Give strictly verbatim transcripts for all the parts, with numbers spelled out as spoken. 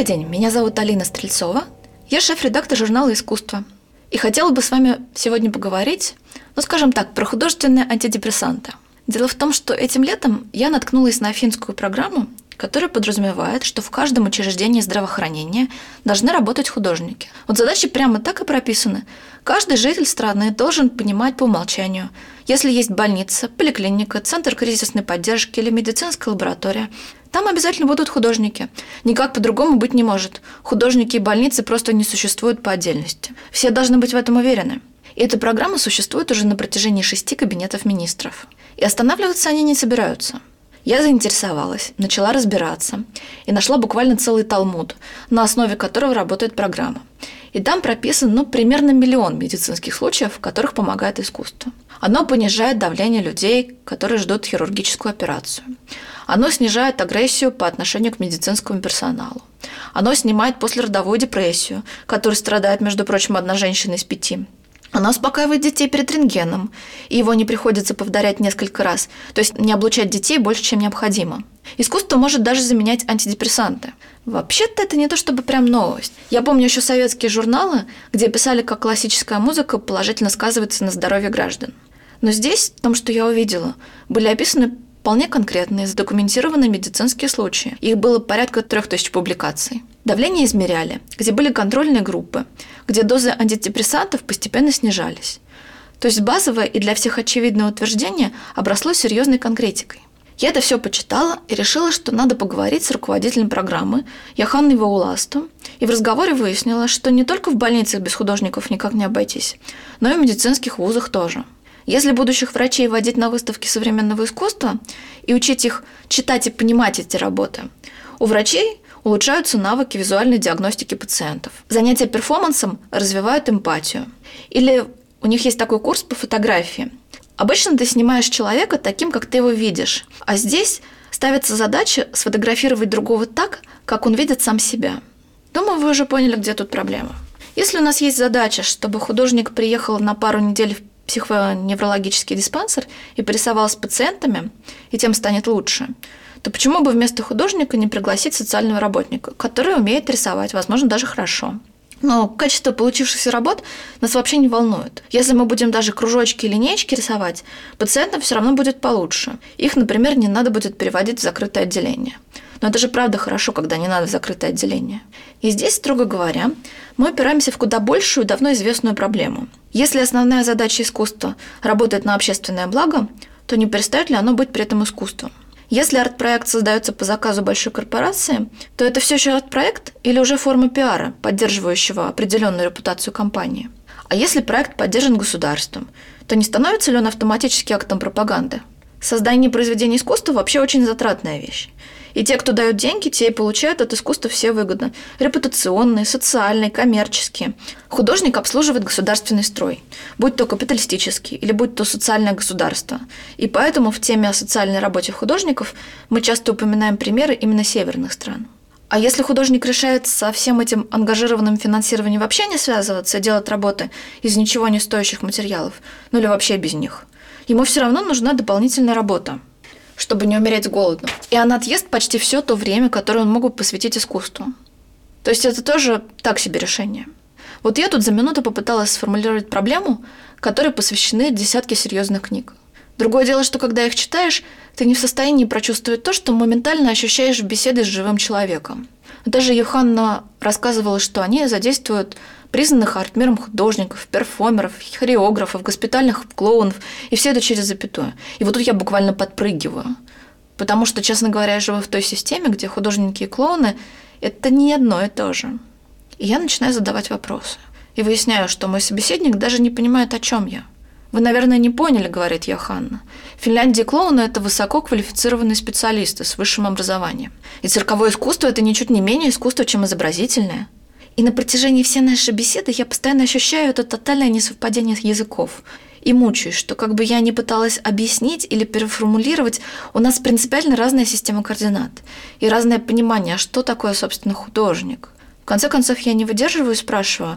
Добрый день, меня зовут Алина Стрельцова, я шеф-редактор журнала «Искусство». И хотела бы с вами сегодня поговорить, ну скажем так, про художественные антидепрессанты. Дело в том, что этим летом я наткнулась на афинскую программу, которая подразумевает, что в каждом учреждении здравоохранения должны работать художники. Вот задачи прямо так и прописаны. Каждый житель страны должен понимать по умолчанию, если есть больница, поликлиника, центр кризисной поддержки или медицинская лаборатория, там обязательно будут художники. Никак по-другому быть не может. Художники и больницы просто не существуют по отдельности. Все должны быть в этом уверены. И эта программа существует уже на протяжении шести кабинетов министров. И останавливаться они не собираются. Я заинтересовалась, начала разбираться и нашла буквально целый талмуд, на основе которого работает программа. И там прописан, ну, примерно миллион медицинских случаев, в которых помогает искусство. Оно понижает давление людей, которые ждут хирургическую операцию. Оно снижает агрессию по отношению к медицинскому персоналу. Оно снимает послеродовую депрессию, которой страдает, между прочим, одна женщина из пяти. Оно успокаивает детей перед рентгеном, и его не приходится повторять несколько раз, то есть не облучать детей больше, чем необходимо. Искусство может даже заменять антидепрессанты. Вообще-то это не то чтобы прям новость. Я помню еще советские журналы, где писали, как классическая музыка положительно сказывается на здоровье граждан. Но здесь, в том, что я увидела, были описаны вполне конкретные, задокументированные медицинские случаи. Их было порядка трех тысяч публикаций. Давление измеряли, где были контрольные группы, где дозы антидепрессантов постепенно снижались. То есть базовое и для всех очевидное утверждение обросло серьезной конкретикой. Я это все почитала и решила, что надо поговорить с руководителем программы Йоханной Вауласту, и в разговоре выяснила, что не только в больницах без художников никак не обойтись, но и в медицинских вузах тоже. Если будущих врачей водить на выставки современного искусства и учить их читать и понимать эти работы, у врачей улучшаются навыки визуальной диагностики пациентов. Занятия перформансом развивают эмпатию. Или у них есть такой курс по фотографии. Обычно ты снимаешь человека таким, как ты его видишь, а здесь ставится задача сфотографировать другого так, как он видит сам себя. Думаю, вы уже поняли, где тут проблема. Если у нас есть задача, чтобы художник приехал на пару недель в психоневрологический диспансер и порисовал с пациентами, и тем станет лучше, то почему бы вместо художника не пригласить социального работника, который умеет рисовать, возможно, даже хорошо? Но качество получившихся работ нас вообще не волнует. Если мы будем даже кружочки и линейки рисовать, пациентам все равно будет получше. Их, например, не надо будет переводить в закрытое отделение. Но это же правда хорошо, когда не надо в закрытое отделение. И здесь, строго говоря, мы опираемся в куда большую, давно известную проблему. Если основная задача искусства работает на общественное благо, то не перестает ли оно быть при этом искусством? Если арт-проект создается по заказу большой корпорации, то это все еще арт-проект или уже форма пиара, поддерживающего определенную репутацию компании? А если проект поддержан государством, то не становится ли он автоматически актом пропаганды? Создание произведений искусства вообще очень затратная вещь. И те, кто дают деньги, те и получают от искусства все выгоды. Репутационные, социальные, коммерческие. Художник обслуживает государственный строй, будь то капиталистический или будь то социальное государство. И поэтому в теме о социальной работе художников мы часто упоминаем примеры именно северных стран. А если художник решает со всем этим ангажированным финансированием вообще не связываться и делать работы из ничего не стоящих материалов, ну или вообще без них, ему все равно нужна дополнительная работа, чтобы не умереть с голоду. И она отъест почти все то время, которое он мог бы посвятить искусству. То есть это тоже так себе решение. Вот я тут за минуту попыталась сформулировать проблему, которой посвящены десятки серьезных книг. Другое дело, что когда их читаешь, ты не в состоянии прочувствовать то, что моментально ощущаешь в беседе с живым человеком. Даже Йоханна рассказывала, что они задействуют признанных арт-миром художников, перформеров, хореографов, госпитальных клоунов, и все это через запятую. И вот тут я буквально подпрыгиваю. Потому что, честно говоря, я живу в той системе, где художники и клоуны – это не одно и то же. И я начинаю задавать вопросы. И выясняю, что мой собеседник даже не понимает, о чем я. «Вы, наверное, не поняли», – говорит Йоханна. В Финляндии клоуны – это высококвалифицированные специалисты с высшим образованием. И цирковое искусство – это ничуть не менее искусство, чем изобразительное. И на протяжении всей нашей беседы я постоянно ощущаю это тотальное несовпадение языков. И мучаюсь, что как бы я ни пыталась объяснить или переформулировать, у нас принципиально разная система координат и разное понимание, что такое, собственно, художник. В конце концов, я не выдерживаю и спрашиваю,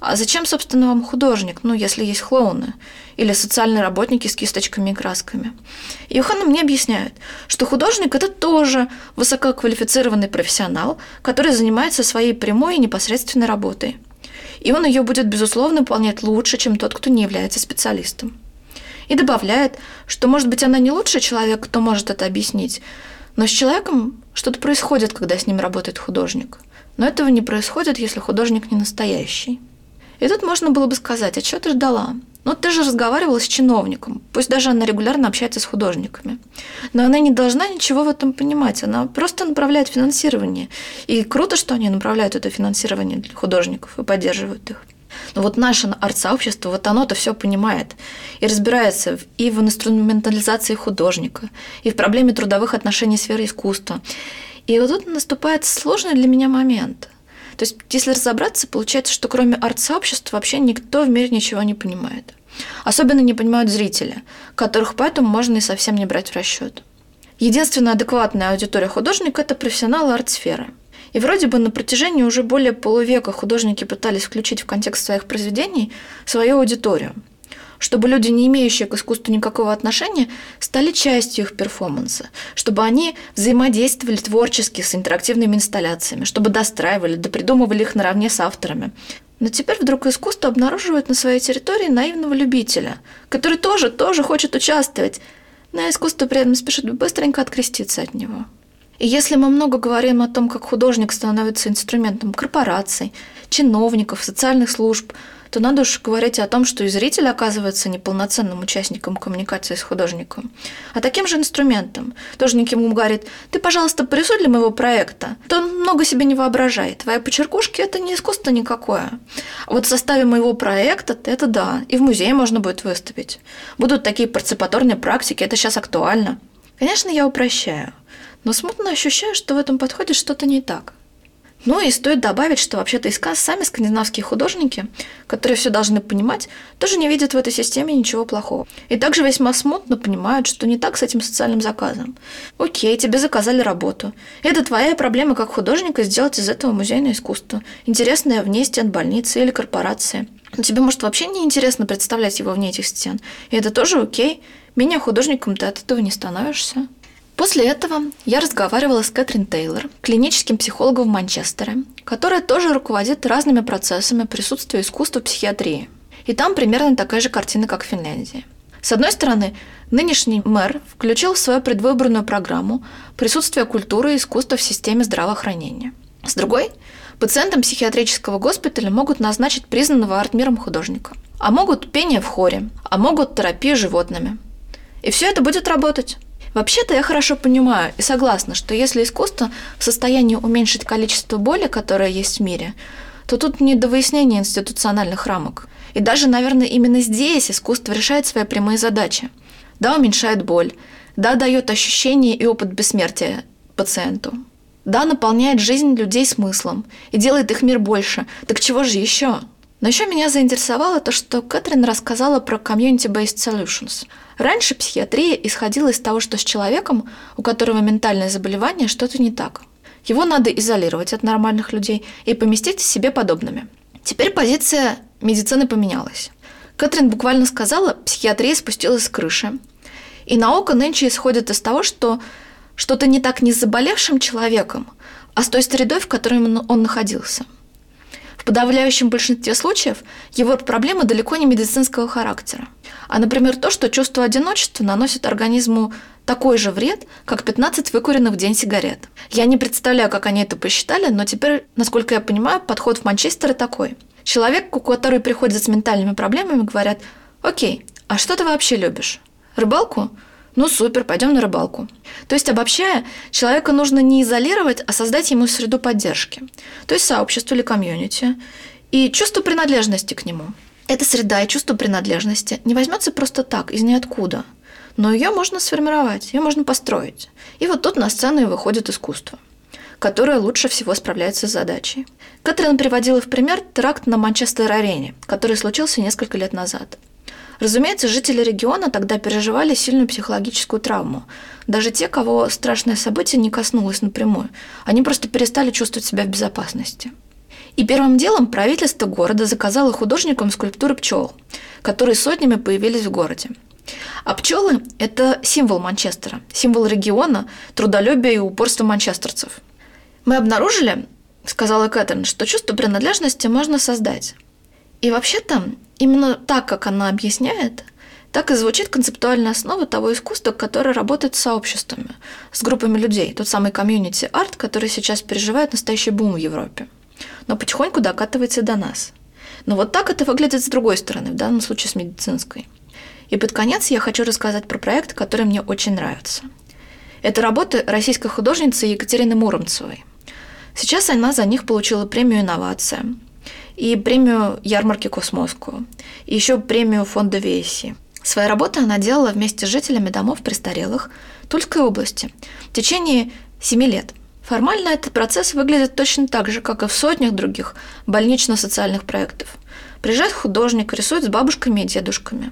А зачем, собственно, вам художник, ну, если есть клоуны или социальные работники с кисточками и красками? И Йоханна мне объясняет, что художник – это тоже высококвалифицированный профессионал, который занимается своей прямой и непосредственной работой. И он ее будет, безусловно, выполнять лучше, чем тот, кто не является специалистом. И добавляет, что, может быть, она не лучший человек, кто может это объяснить, но с человеком что-то происходит, когда с ним работает художник. Но этого не происходит, если художник не настоящий. И тут можно было бы сказать, а чего ты ждала? Ну, ты же разговаривала с чиновником, пусть даже она регулярно общается с художниками. Но она не должна ничего в этом понимать, она просто направляет финансирование. И круто, что они направляют это финансирование для художников и поддерживают их. Но вот наше арт-сообщество, вот оно-то все понимает и разбирается и в инструментализации художника, и в проблеме трудовых отношений в сфере искусства. И вот тут наступает сложный для меня момент. То есть, если разобраться, получается, что кроме арт-сообщества вообще никто в мире ничего не понимает. Особенно не понимают зрители, которых поэтому можно и совсем не брать в расчет. Единственная адекватная аудитория художника – это профессионалы арт-сферы. И вроде бы на протяжении уже более полувека художники пытались включить в контекст своих произведений свою аудиторию, чтобы люди, не имеющие к искусству никакого отношения, стали частью их перформанса, чтобы они взаимодействовали творчески с интерактивными инсталляциями, чтобы достраивали, допридумывали их наравне с авторами. Но теперь вдруг искусство обнаруживает на своей территории наивного любителя, который тоже, тоже хочет участвовать, но искусство при этом спешит быстренько откреститься от него. И если мы много говорим о том, как художник становится инструментом корпораций, чиновников, социальных служб, то надо уж говорить о том, что и зритель оказывается неполноценным участником коммуникации с художником, а таким же инструментом. Художник ему говорит: ты, пожалуйста, порисуй для моего проекта. То он много себе не воображает. Твои почеркушки – это не искусство никакое. А вот в составе моего проекта – это да, и в музее можно будет выступить. Будут такие парticipаторные практики, это сейчас актуально. Конечно, я упрощаю, но смутно ощущаю, что в этом подходе что-то не так. Ну и стоит добавить, что вообще-то и сами скандинавские художники, которые все должны понимать, тоже не видят в этой системе ничего плохого. И также весьма смутно понимают, что не так с этим социальным заказом. Окей, тебе заказали работу. Это твоя проблема как художника сделать из этого музейное искусство, интересное вне стен больницы или корпорации. Но тебе, может, вообще не интересно представлять его вне этих стен. И это тоже окей. Менее художником ты от этого не становишься. После этого я разговаривала с Кэтрин Тейлор, клиническим психологом в Манчестере, которая тоже руководит разными процессами присутствия искусства в психиатрии. И там примерно такая же картина, как в Финляндии. С одной стороны, нынешний мэр включил в свою предвыборную программу присутствие культуры и искусства в системе здравоохранения. С другой, пациентам психиатрического госпиталя могут назначить признанного арт-миром художника, а могут пение в хоре, а могут терапию животными. И все это будет работать. Вообще-то я хорошо понимаю и согласна, что если искусство в состоянии уменьшить количество боли, которое есть в мире, то тут не до выяснения институциональных рамок. И даже, наверное, именно здесь искусство решает свои прямые задачи. Да, уменьшает боль, да, дает ощущение и опыт бессмертия пациенту, да, наполняет жизнь людей смыслом и делает их мир больше. Так чего же еще? Но еще меня заинтересовало то, что Кэтрин рассказала про community-based solutions. Раньше психиатрия исходила из того, что с человеком, у которого ментальное заболевание, что-то не так. Его надо изолировать от нормальных людей и поместить в себе подобными. Теперь позиция медицины поменялась. Кэтрин буквально сказала, психиатрия спустилась с крыши. И наука нынче исходит из того, что что-то не так не с заболевшим человеком, а с той средой, в которой он находился. В подавляющем большинстве случаев его проблемы далеко не медицинского характера. А, например, то, что чувство одиночества наносит организму такой же вред, как пятнадцать выкуренных в день сигарет. Я не представляю, как они это посчитали, но теперь, насколько я понимаю, подход в Манчестере такой. Человеку, который приходит с ментальными проблемами, говорят: окей, а что ты вообще любишь? Рыбалку? Ну супер, пойдем на рыбалку. То есть, обобщая, человека нужно не изолировать, а создать ему среду поддержки. То есть сообщество или комьюнити. И чувство принадлежности к нему. Эта среда и чувство принадлежности не возьмется просто так, из ниоткуда. Но ее можно сформировать, ее можно построить. И вот тут на сцену и выходит искусство, которое лучше всего справляется с задачей. Кэтрин приводила в пример теракт на Манчестер-арене, который случился несколько лет назад. Разумеется, жители региона тогда переживали сильную психологическую травму. Даже те, кого страшное событие не коснулось напрямую, они просто перестали чувствовать себя в безопасности. И первым делом правительство города заказало художникам скульптуры пчел, которые сотнями появились в городе. А пчелы – это символ Манчестера, символ региона, трудолюбия и упорства манчестерцев. «Мы обнаружили, – сказала Кэтрин, – что чувство принадлежности можно создать. И вообще-то, именно так, как она объясняет, так и звучит концептуальная основа того искусства, которое работает с сообществами, с группами людей, тот самый комьюнити-арт, который сейчас переживает настоящий бум в Европе, но потихоньку докатывается до нас. Но вот так это выглядит с другой стороны, в данном случае с медицинской. И под конец я хочу рассказать про проект, который мне очень нравится. Это работы российской художницы Екатерины Муромцевой. Сейчас она за них получила премию «Инновация» и премию ярмарки «Космоску», и еще премию фонда ВИЭСИ. Свои работы она делала вместе с жителями домов престарелых Тульской области в течение семи лет. Формально этот процесс выглядит точно так же, как и в сотнях других больнично-социальных проектов. Приезжает художник, рисует с бабушками и дедушками.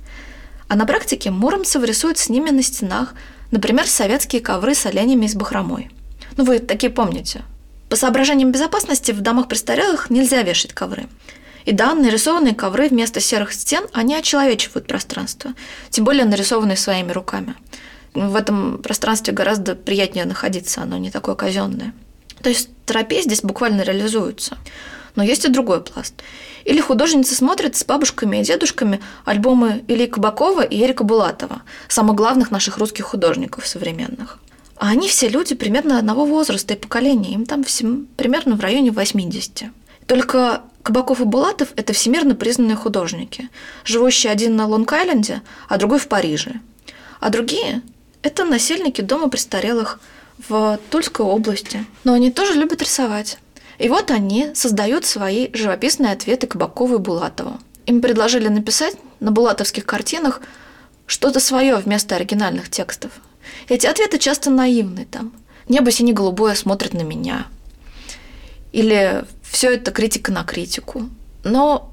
А на практике Муромцева рисует с ними на стенах, например, советские ковры с оленями и с бахромой. Ну, вы такие помните. По соображениям безопасности в домах престарелых нельзя вешать ковры. И да, нарисованные ковры вместо серых стен, они очеловечивают пространство, тем более нарисованные своими руками. В этом пространстве гораздо приятнее находиться, оно не такое казенное. То есть терапия здесь буквально реализуется. Но есть и другой пласт. Или художница смотрит с бабушками и дедушками альбомы Ильи Кабакова и Эрика Булатова, самых главных наших русских художников современных. А они все люди примерно одного возраста и поколения, им там всем примерно в районе восьмидесяти. Только Кабаков и Булатов – это всемирно признанные художники, живущие один на Лонг-Айленде, а другой в Париже. А другие – это насельники дома престарелых в Тульской области. Но они тоже любят рисовать. И вот они создают свои живописные ответы Кабакову и Булатову. Им предложили написать на булатовских картинах что-то свое вместо оригинальных текстов. Эти ответы часто наивны там. «Небо сине-голубое смотрит на меня». Или «Все это критика на критику». Но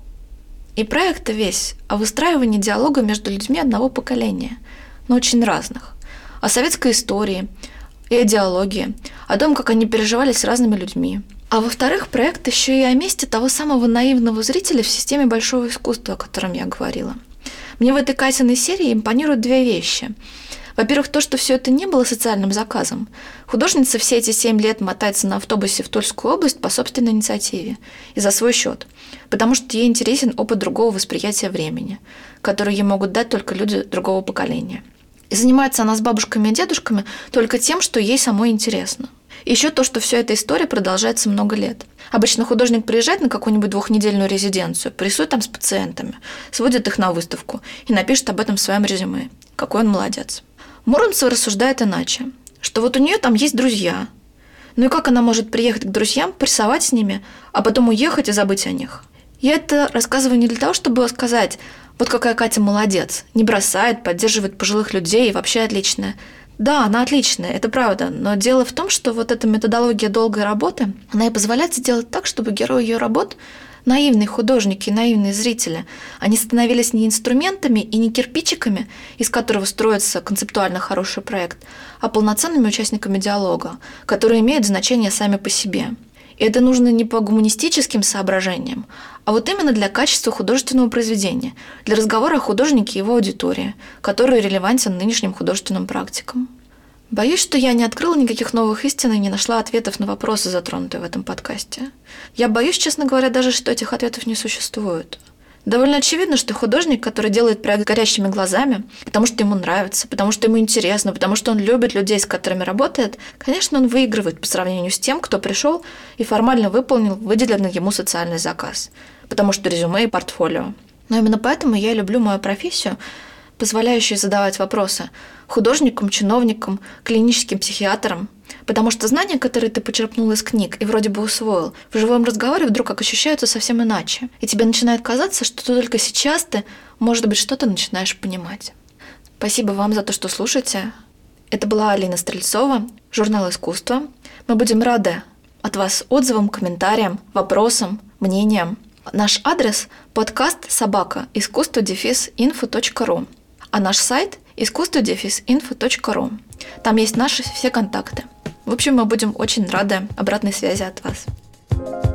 и проект весь о выстраивании диалога между людьми одного поколения, но очень разных. О советской истории и идеологии, о том, как они переживали с разными людьми. А во-вторых, проект еще и о месте того самого наивного зрителя в системе большого искусства, о котором я говорила. Мне в этой Катиной серии импонируют две вещи. Во-первых, то, что все это не было социальным заказом. Художница все эти семь лет мотается на автобусе в Тульскую область по собственной инициативе и за свой счет, потому что ей интересен опыт другого восприятия времени, который ей могут дать только люди другого поколения. И занимается она с бабушками и дедушками только тем, что ей самой интересно. И еще то, что вся эта история продолжается много лет. Обычно художник приезжает на какую-нибудь двухнедельную резиденцию, порисует там с пациентами, сводит их на выставку и напишет об этом в своем резюме. Какой он молодец. Муромцева рассуждает иначе, что вот у нее там есть друзья. Ну и как она может приехать к друзьям, порисовать с ними, а потом уехать и забыть о них? Я это рассказываю не для того, чтобы сказать, вот какая Катя молодец, не бросает, поддерживает пожилых людей и вообще отличная. Да, она отличная, это правда, но дело в том, что вот эта методология долгой работы, она и позволяет сделать так, чтобы герои ее работ, наивные художники и наивные зрители, они становились не инструментами и не кирпичиками, из которого строится концептуально хороший проект, а полноценными участниками диалога, которые имеют значение сами по себе. И это нужно не по гуманистическим соображениям, а вот именно для качества художественного произведения, для разговора о художнике и его аудитории, который релевантен нынешним художественным практикам. Боюсь, что я не открыла никаких новых истин и не нашла ответов на вопросы, затронутые в этом подкасте. Я боюсь, честно говоря, даже, что этих ответов не существует. Довольно очевидно, что художник, который делает проект горящими глазами, потому что ему нравится, потому что ему интересно, потому что он любит людей, с которыми работает, конечно, он выигрывает по сравнению с тем, кто пришел и формально выполнил выделенный ему социальный заказ, потому что резюме и портфолио. Но именно поэтому я люблю мою профессию, позволяющую задавать вопросы художникам, чиновникам, клиническим психиатрам, потому что знания, которые ты почерпнул из книг и вроде бы усвоил, в живом разговоре вдруг как ощущаются совсем иначе. И тебе начинает казаться, что только сейчас ты, может быть, что-то начинаешь понимать. Спасибо вам за то, что слушаете. Это была Алина Стрельцова, журнал «Искусство». Мы будем рады от вас отзывам, комментариям, вопросам, мнениям. Наш адрес – подкаст собака искусство дефис инфо точка ру, а наш сайт – искусство дефис инфо точка ру. Там есть наши все контакты. В общем, мы будем очень рады обратной связи от вас.